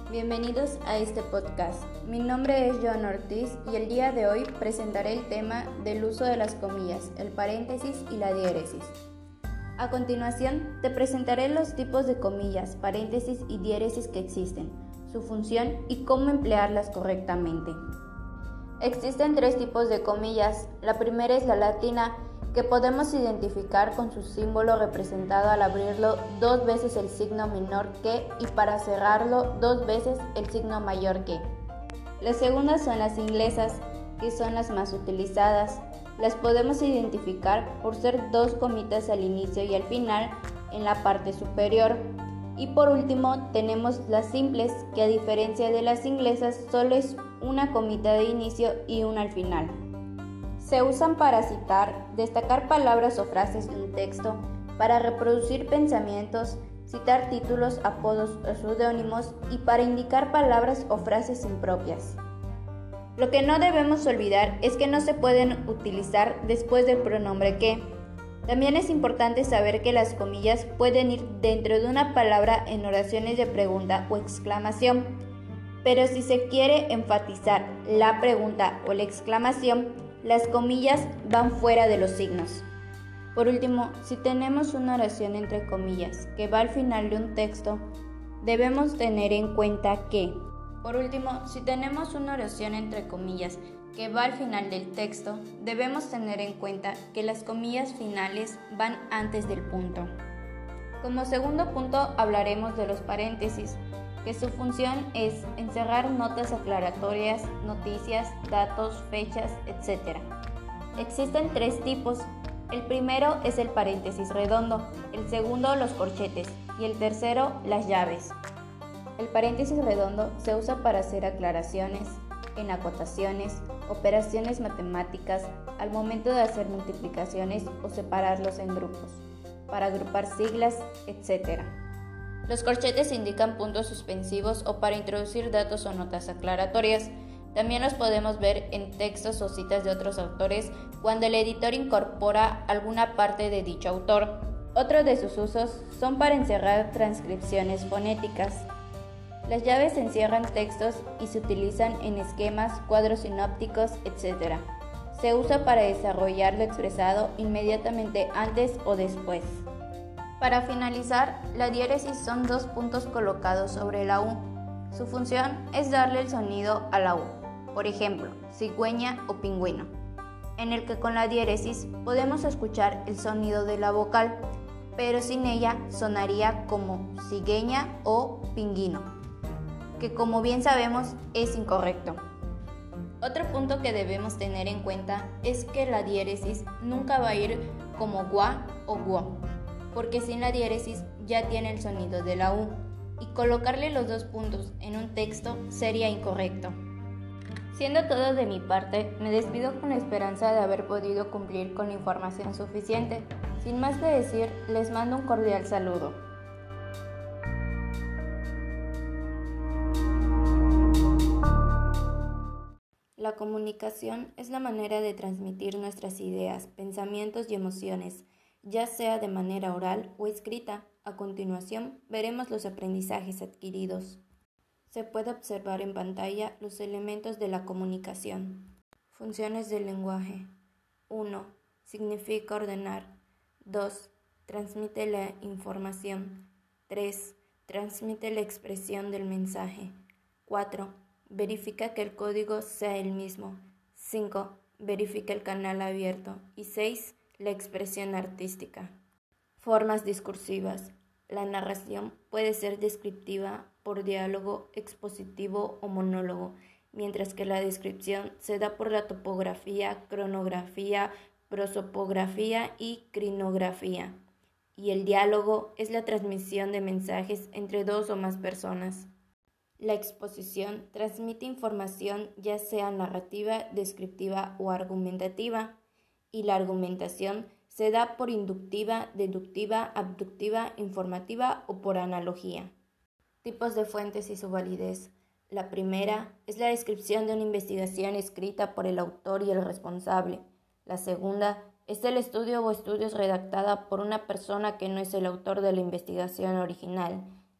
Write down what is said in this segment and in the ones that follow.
Bienvenidos a este podcast. Mi nombre es Joan Ortiz y el día de hoy presentaré el tema del uso de las comillas, el paréntesis y la diéresis. A continuación, te presentaré los tipos de comillas, paréntesis y diéresis que existen, su función y cómo emplearlas correctamente. Existen tres tipos de comillas. La primera es la latina, que podemos identificar con su símbolo representado al abrirlo 2 veces el signo menor que y para cerrarlo 2 veces el signo mayor que. Las segundas son las inglesas, que son las más utilizadas. Las podemos identificar por ser 2 comitas al inicio y al final en la parte superior. Y por último tenemos las simples, que a diferencia de las inglesas solo es una comita de inicio y una al final. Se usan para citar, destacar palabras o frases de un texto, para reproducir pensamientos, citar títulos, apodos o seudónimos y para indicar palabras o frases impropias. Lo que no debemos olvidar es que no se pueden utilizar después del pronombre que. También es importante saber que las comillas pueden ir dentro de una palabra en oraciones de pregunta o exclamación, pero si se quiere enfatizar la pregunta o la exclamación, las comillas van fuera de los signos. Por último, si tenemos una oración entre comillas que va al final de un texto, debemos tener en cuenta que las comillas finales van antes del punto. Como segundo punto hablaremos de los paréntesis, que su función es encerrar notas aclaratorias, noticias, datos, fechas, etc. Existen 3 tipos. El primero es el paréntesis redondo, el segundo los corchetes y el tercero las llaves. El paréntesis redondo se usa para hacer aclaraciones, en acotaciones, operaciones matemáticas, al momento de hacer multiplicaciones o separarlos en grupos, para agrupar siglas, etc. Los corchetes indican puntos suspensivos o para introducir datos o notas aclaratorias. También los podemos ver en textos o citas de otros autores cuando el editor incorpora alguna parte de dicho autor. Otro de sus usos son para encerrar transcripciones fonéticas. Las llaves encierran textos y se utilizan en esquemas, cuadros sinópticos, etc. Se usa para desarrollar lo expresado inmediatamente antes o después. Para finalizar, la diéresis son 2 puntos colocados sobre la U. Su función es darle el sonido a la U, por ejemplo, cigüeña o pingüino, en el que con la diéresis podemos escuchar el sonido de la vocal, pero sin ella sonaría como cigueña o pinguino, que como bien sabemos es incorrecto. Otro punto que debemos tener en cuenta es que la diéresis nunca va a ir como gua o guo, porque sin la diéresis ya tiene el sonido de la U, y colocarle los 2 puntos en un texto sería incorrecto. Siendo todo de mi parte, me despido con la esperanza de haber podido cumplir con la información suficiente. Sin más que decir, les mando un cordial saludo. La comunicación es la manera de transmitir nuestras ideas, pensamientos y emociones, ya sea de manera oral o escrita. A continuación, veremos los aprendizajes adquiridos. Se puede observar en pantalla los elementos de la comunicación. Funciones del lenguaje. 1. Significa ordenar. 2. Transmite la información. 3. Transmite la expresión del mensaje. 4. Verifica que el código sea el mismo. 5. Verifica el canal abierto. Y 6. La expresión artística. Formas discursivas. La narración puede ser descriptiva por diálogo, expositivo o monólogo, mientras que la descripción se da por la topografía, cronografía, prosopografía y crinografía. Y el diálogo es la transmisión de mensajes entre 2 o más personas. La exposición transmite información ya sea narrativa, descriptiva o argumentativa. Y la argumentación se da por inductiva, deductiva, abductiva, informativa o por analogía. Tipos de fuentes y su validez. La primera es la descripción de una investigación escrita por el autor y el responsable. La segunda es el estudio o estudios redactada por una persona que no es el autor de la investigación original.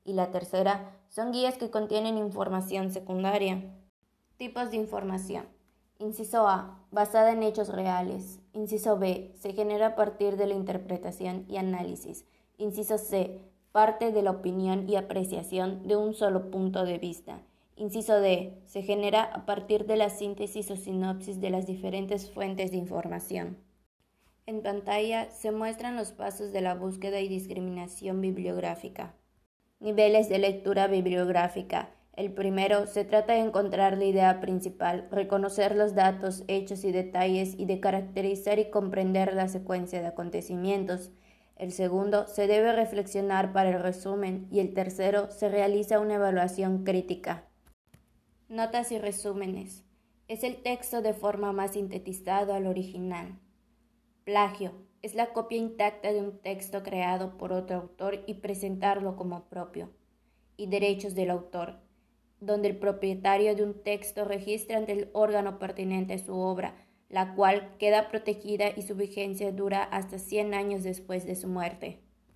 y la tercera son guías que contienen información secundaria. Tipos de información. Inciso A, basada en hechos reales. Inciso B, se genera a partir de la interpretación y análisis. Inciso C, parte de la opinión y apreciación de un solo punto de vista. Inciso D, se genera a partir de la síntesis o sinopsis de las diferentes fuentes de información. En pantalla se muestran los pasos de la búsqueda y discriminación bibliográfica. Niveles de lectura bibliográfica. El primero se trata de encontrar la idea principal, reconocer los datos, hechos y detalles y de caracterizar y comprender la secuencia de acontecimientos. El segundo se debe reflexionar para el resumen y el tercero se realiza una evaluación crítica. Notas y resúmenes. Es el texto de forma más sintetizado al original. Plagio. Es la copia intacta de un texto creado por otro autor y presentarlo como propio. Y derechos del autor, donde el propietario de un texto registra ante el órgano pertinente su obra, la cual queda protegida y su vigencia dura hasta 100 años después de su muerte.